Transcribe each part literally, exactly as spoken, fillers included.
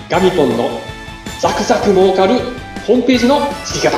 ガミポンのザクザク儲かるホームページの作り方。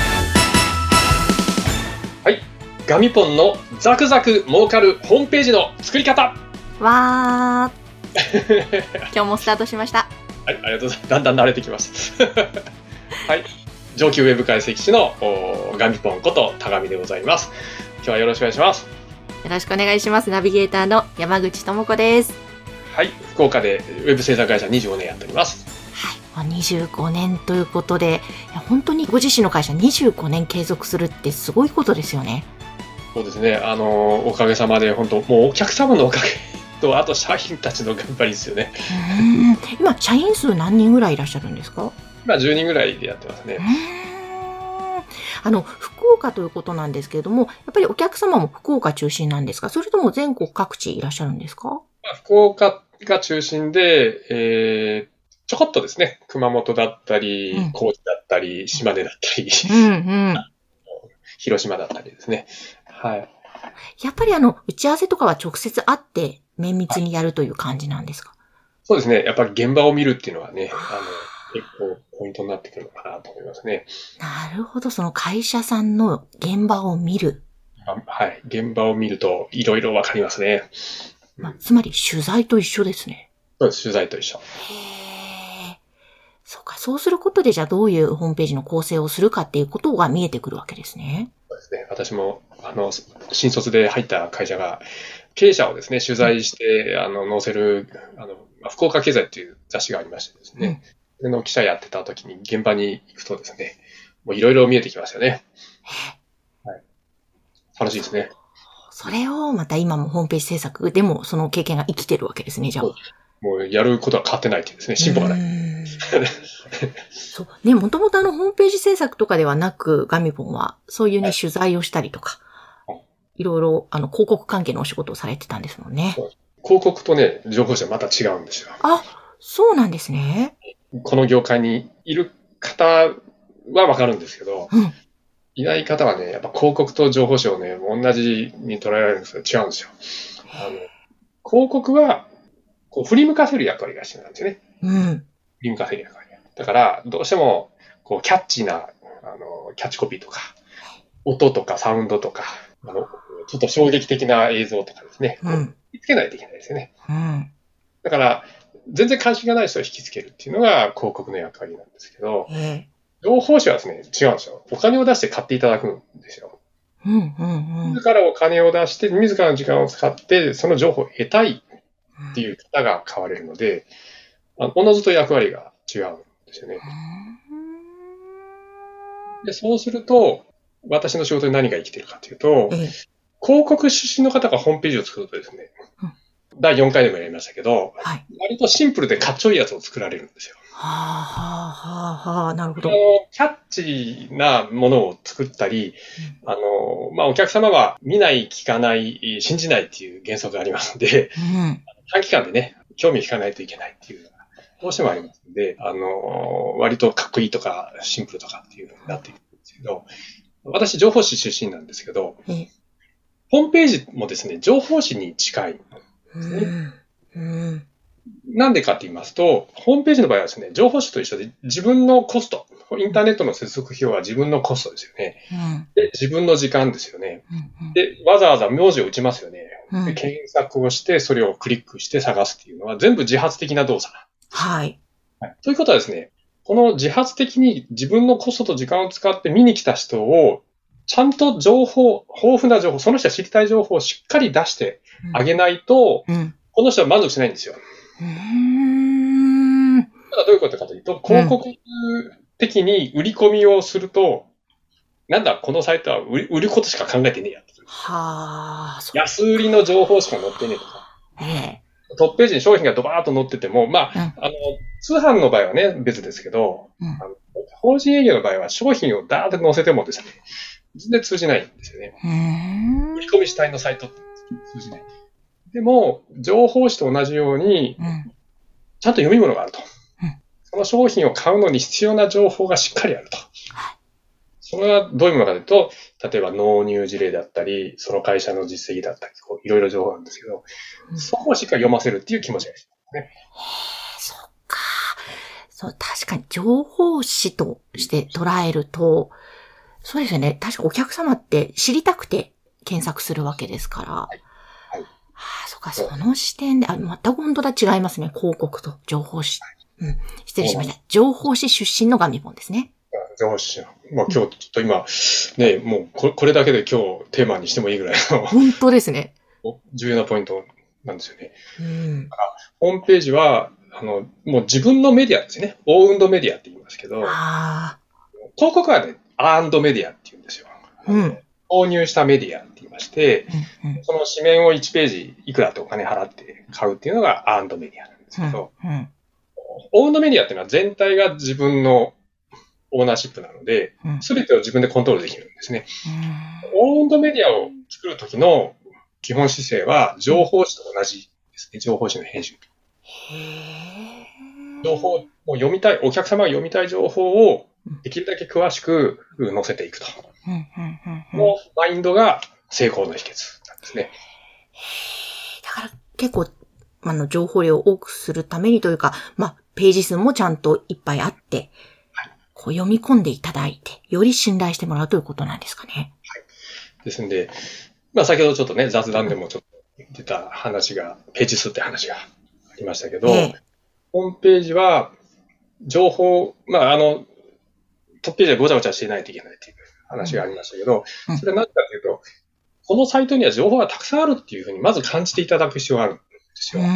はい、ガミポンのザクザク儲かるホームページの作り方。 わー今日もスタートしました。 はい、ありがとうございます。だんだん慣れてきます。はい、上級ウェブ解析士のガミポンこと田上でございます。今日はよろしくお願いします。 よろしくお願いします。ナビゲーターの山口智子です。 はい、福岡でウェブ制作会社にじゅうごねんやっております。 はい、にじゅうごねんということで、いや本当にご自身の会社にじゅうごねん継続するってすごいことですよね。 そうですね。あのおかげさまで本当もうお客様のおかげと、あと社員たちの頑張りですよね。 うん今社員数何人ぐらいいらっしゃるんですか？ 今じゅうにんぐらいでやってますね。 あの福岡ということなんですけれども、やっぱりお客様も福岡中心なんですか？それとも全国各地いらっしゃるんですか？ まあ、福岡が中心で、えー、ちょこっとですね、熊本だったり、うん、高知だったり、島根だったり、うんうん、広島だったりですね。はい。 やっぱりあの打ち合わせとかは直接会って綿密にやるという感じなんですか？はい、 そうですね。やっぱり現場を見るっていうのはね、あの結構ポイントになってくるのかなと思いますね。 なるほど。その会社さんの現場を見る。 はい。現場を見るといろいろわかりますね。 まあ、つまり取材と一緒ですね。 そうです。取材と一緒。 へー。そうか。そうすることでじゃあどういうホームページの構成をするかっていうことが見えてくるわけですね。 そうですね。私も、あの、新卒で入った会社が、経営者をですね、取材して、うん、あの、載せる、あの、福岡経済っていう雑誌がありましてですね、うん、それの記者やってた時に現場に行くとですね、もういろいろ見えてきますよね。はい。楽しいですね。 それをまた今もホームページ制作でもその経験が生きてるわけですね、じゃあ。 もうやることは変わってないっていうですね、進歩がない。 そう。ね、もともとあのホームページ制作とかではなく、ガミポンはそういうね、はい、取材をしたりとか、いろいろあの広告関係のお仕事をされてたんですもんね。 広告とね、情報誌はまた違うんですよ。 あ、そうなんですね。 この業界にいる方はわかるんですけど、うん、いない方はね、やっぱ広告と情報誌をね、同じに捉えられるんですけど違うんですよ。あの広告はこう振り向かせる役割が必要なんですよね。うん。振り向かせる役割。だから、どうしてもこうキャッチーなあのキャッチコピーとか、音とかサウンドとか、あのちょっと衝撃的な映像とかですね、うん、引きつけないといけないですよね。うん、だから、全然関心がない人を引きつけるっていうのが広告の役割なんですけど、うん、情報誌はですね、違うんですよ。お金を出して買っていただくんですよ。うんうんうん、自らお金を出して、自らの時間を使って、その情報を得たいっていう方が買われるので、あのおのずと役割が違うんですよね。でそうすると、私の仕事に何が生きているかというと、うん、広告出身の方がホームページを作るとですね、うん、だいよんかいでもやりましたけど、はい、割とシンプルでかっちょいいやつを作られるんですよ。 はあはあはあはあ、なるほど。 あのキャッチーなものを作ったり、うん、あの、まあ、お客様は見ない、聞かない、信じないっていう原則がありますので、うん、短期間でね、興味を引かないといけないっていうのがどうしてもありますので、あの、割とかっこいいとかシンプルとかっていうのになっていくんですけど、私、情報誌出身なんですけど、うん、ホームページもですね、情報誌に近いんですね。うんうんなんでかって言いますと、ホームページの場合はですね、情報誌と一緒で自分のコスト、インターネットの接続費用は自分のコストですよね。うん、で自分の時間ですよね、うんうん。で、わざわざ文字を打ちますよね、うん。で検索をして、それをクリックして探すっていうのは全部自発的な動作なんです。はい。はい。ということはですね、この自発的に自分のコストと時間を使って見に来た人を、ちゃんと情報、豊富な情報、その人が知りたい情報をしっかり出してあげないと、うんうん、この人は満足しないんですよ。うーんどういうことかというと、広告的に売り込みをすると、うん、なんだ、このサイトは売 る, 売ることしか考えてねえや。はぁ。安売りの情報しか載ってねえとか。ええ、トップページに商品がドバーッと載ってても、まあ、うん、あの、通販の場合はね、別ですけど、うん、あの法人営業の場合は商品をダーッと載せてもですね、全然通じないんですよね。売り込み主体のサイトって通じない。でも、情報誌と同じように、うん、ちゃんと読み物があると、うん。その商品を買うのに必要な情報がしっかりあると。はい、それはどういうものかというと、例えば納入事例だったり、その会社の実績だったり、こういろいろ情報なんですけど、うん、そこをしっかり読ませるっていう気持ちが必要ですね。 へー、そっか。 そう、確かに情報誌として捉えると、そうですよね。確かお客様って知りたくて検索するわけですから。はい。はい、ああ、そっか、その視点で、あ、全く本当だ違いますね。広告と情報誌。はい、うん。失礼しました。情報誌出身のガミポンですね。 情報誌。まあ今日ちょっと今、ね、もうこれだけで今日テーマにしてもいいぐらいの。 本当ですね。 重要なポイントなんですよね。うん。だからホームページは、あの、もう自分のメディアですね。オーウンドメディアって言いますけど、あ広告はね、アーンドメディアって言うんですよ。うん。購入したメディアって言いまして、うんうん、その紙面をいちページいくらってお金払って買うっていうのがアーンドメディアなんですけど、うんうん、オーウンドメディアっていうのは全体が自分のオーナーシップなので、すべてを自分でコントロールできるんですね。うん、オーウンドメディアを作るときの基本姿勢は情報誌と同じですね。情報誌の編集。情報を読みたい、お客様が読みたい情報をできるだけ詳しく載せていくと。のマインドが成功の秘訣なんですね。 だから結構、あの、情報量を多くするためにというか、まあ、ページ数もちゃんといっぱいあって、はい、こう読み込んでいただいて、より信頼してもらうということなんですかね。 はい。ですんで、まあ先ほどちょっとね、雑談でもちょっと出た話が、ページ数って話がありましたけど、ええ、ホームページは、情報、まああの、トップページでごちゃごちゃしていないといけないっていう話がありましたけど、うん、それは何かというと、このサイトには情報がたくさんあるっていうふうにまず感じていただく必要があるんですよ。うんうん、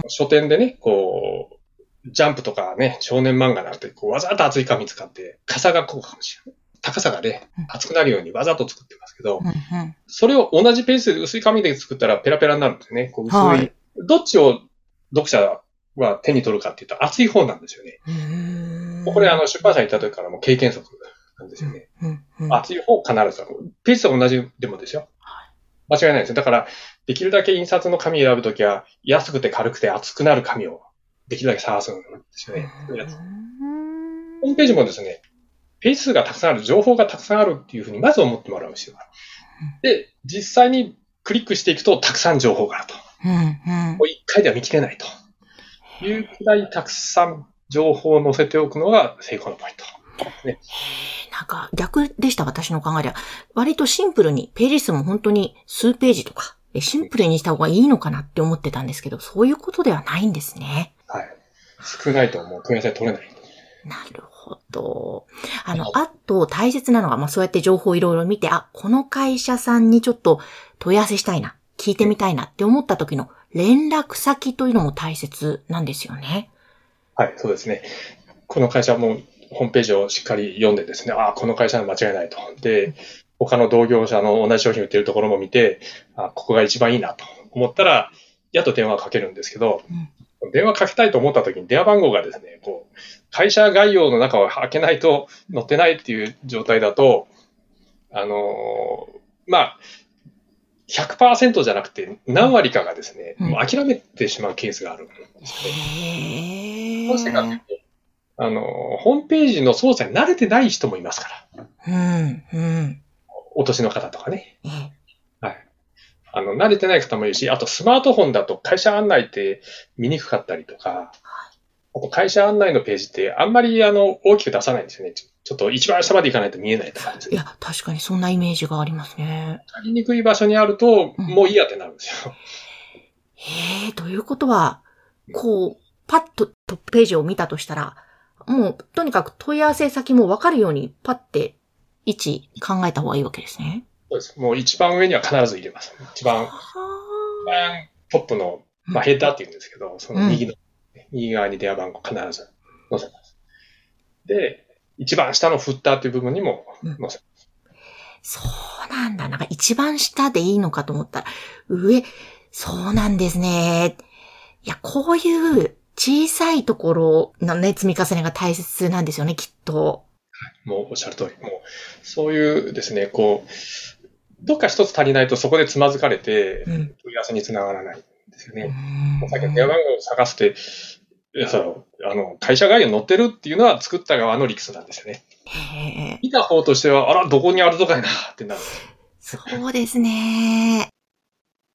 書店でね、こう、ジャンプとかね、少年漫画なんてこうわざと厚い紙使って、傘がこうかもしれない。高さがね、厚くなるようにわざと作ってますけど、うんうん、それを同じページで薄い紙で作ったらペラペラになるんですね。こう薄い、はい、どっちを読者は手に取るかっていうと厚い方なんですよね。これあの出版社に行った時からも経験則なんですよね。うんうん、厚い方必ず。ページと同じでもですよ。間違いないですよ。だから、できるだけ印刷の紙を選ぶときは、安くて軽くて厚くなる紙をできるだけ探すんですよね。ホームページもですね、ページ数がたくさんある、情報がたくさんあるっていうふうにまず思ってもらう必要がある。で、実際にクリックしていくとたくさん情報があると。うんうん、一回では見切れないというくらいたくさん情報を載せておくのが成功のポイント。ね、 なんか逆でした、私の考えでは。割とシンプルに、ページ数も本当に数ページとか、シンプルにした方がいいのかなって思ってたんですけど、そういうことではないんですね。 はい。少ないともう問い合わせ取れない。 なるほど。あの、あと大切なのが、まあそうやって情報をいろいろ見て、あ、この会社さんにちょっと問い合わせしたいな、聞いてみたいなって思った時の連絡先というのも大切なんですよね。 はい、そうですね。この会社もホームページをしっかり読んでですね、ああ、この会社は間違いないと。で、他の同業者の同じ商品を売っているところも見て、あここが一番いいなと思ったら、やっと電話をかけるんですけど、うん、電話かけたいと思った時に電話番号がですね、こう、会社概要の中を開けないと載ってないっていう状態だと、あのー、まあ、ひゃくパーセント じゃなくて何割かがですね、うん、もう諦めてしまうケースがあるんですよね。どうしてかというと、あの、ホームページの操作に慣れてない人もいますから。うんうん、お年の方とかね。はい。あの、慣れてない方もいるし、あとスマートフォンだと会社案内って見にくかったりとか、あと会社案内のページってあんまりあの大きく出さないんですよね。ちょっと一番下まで行かないと見えないとかですね。 いや、確かにそんなイメージがありますね。 足りにくい場所にあると、うん、もういいやってなるんですよ。 へえ、ということは、こう、パッとトップページを見たとしたら、もう、とにかく問い合わせ先も分かるように、パッて位置考えた方がいいわけですね。 そうです。もう一番上には必ず入れます。一番、一番トップの、まあ、ヘッダーって言うんですけど、その右の、うん、右側に電話番号必ず載せます。で、一番下のフッターっていう部分にも載せます。うん、 そうなんだ。なんか一番下でいいのかと思ったら、上、そうなんですね。いや、こういう小さいところのね、積み重ねが大切なんですよね、きっと。 もうおっしゃる通り。もう、そういうですね、こう、どっか一つ足りないとそこでつまずかれて、問い合わせにつながらないんですよね。うん、さっきの電話番号を探して、いやそのあの会社概要に載ってるっていうのは作った側の理屈なんですよね。へ見た方としては、あら、どこにあるとかいなってなる。 そうですね。いやー、ち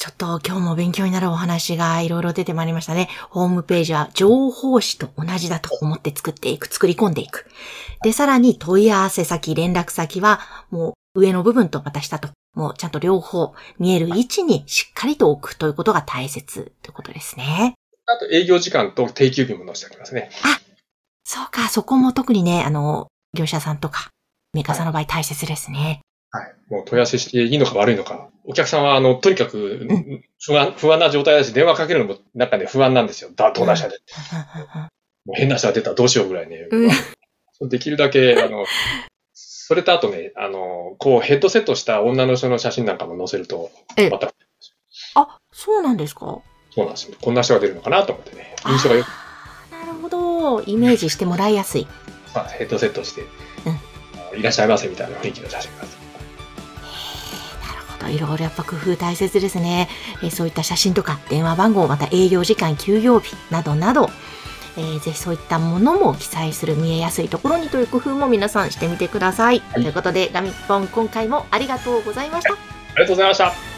ちょっと今日も勉強になるお話がいろいろ出てまいりましたね。ホームページは情報誌と同じだと思って作っていく、作り込んでいく。で、さらに問い合わせ先、連絡先はもう上の部分とまた下と、もうちゃんと両方見える位置にしっかりと置くということが大切ということですね。 あと営業時間と定休日も載せておきますね。 あ、そうか、そこも特にね、あの、業者さんとかメーカーさんの場合大切ですね。 はい。もう問い合わせしていいのか悪いのか。お客さんは、あの、とにかく不安、うん、不安な状態だし、電話かけるのも中で不安なんですよ。だ、どうなしゃで。もう変な人が出たらどうしようぐらいね。うん、できるだけ、あの、それとあとね、あの、こうヘッドセットした女の人の写真なんかも載せると、また。 あ、そうなんですか？ そうなんですよ。こんな人が出るのかなと思ってね。印象がよく。 なるほど。イメージしてもらいやすい。 まあ、ヘッドセットして、うん、いらっしゃいませみたいな雰囲気の写真が。 いろいろやっぱ工夫大切ですね。えー、そういった写真とか電話番号、また営業時間、休業日などなど、えー、ぜひそういったものも記載する見えやすいところにという工夫も皆さんしてみてください。はい、ということで、ガミッポン今回もありがとうございました。 はい、ありがとうございました。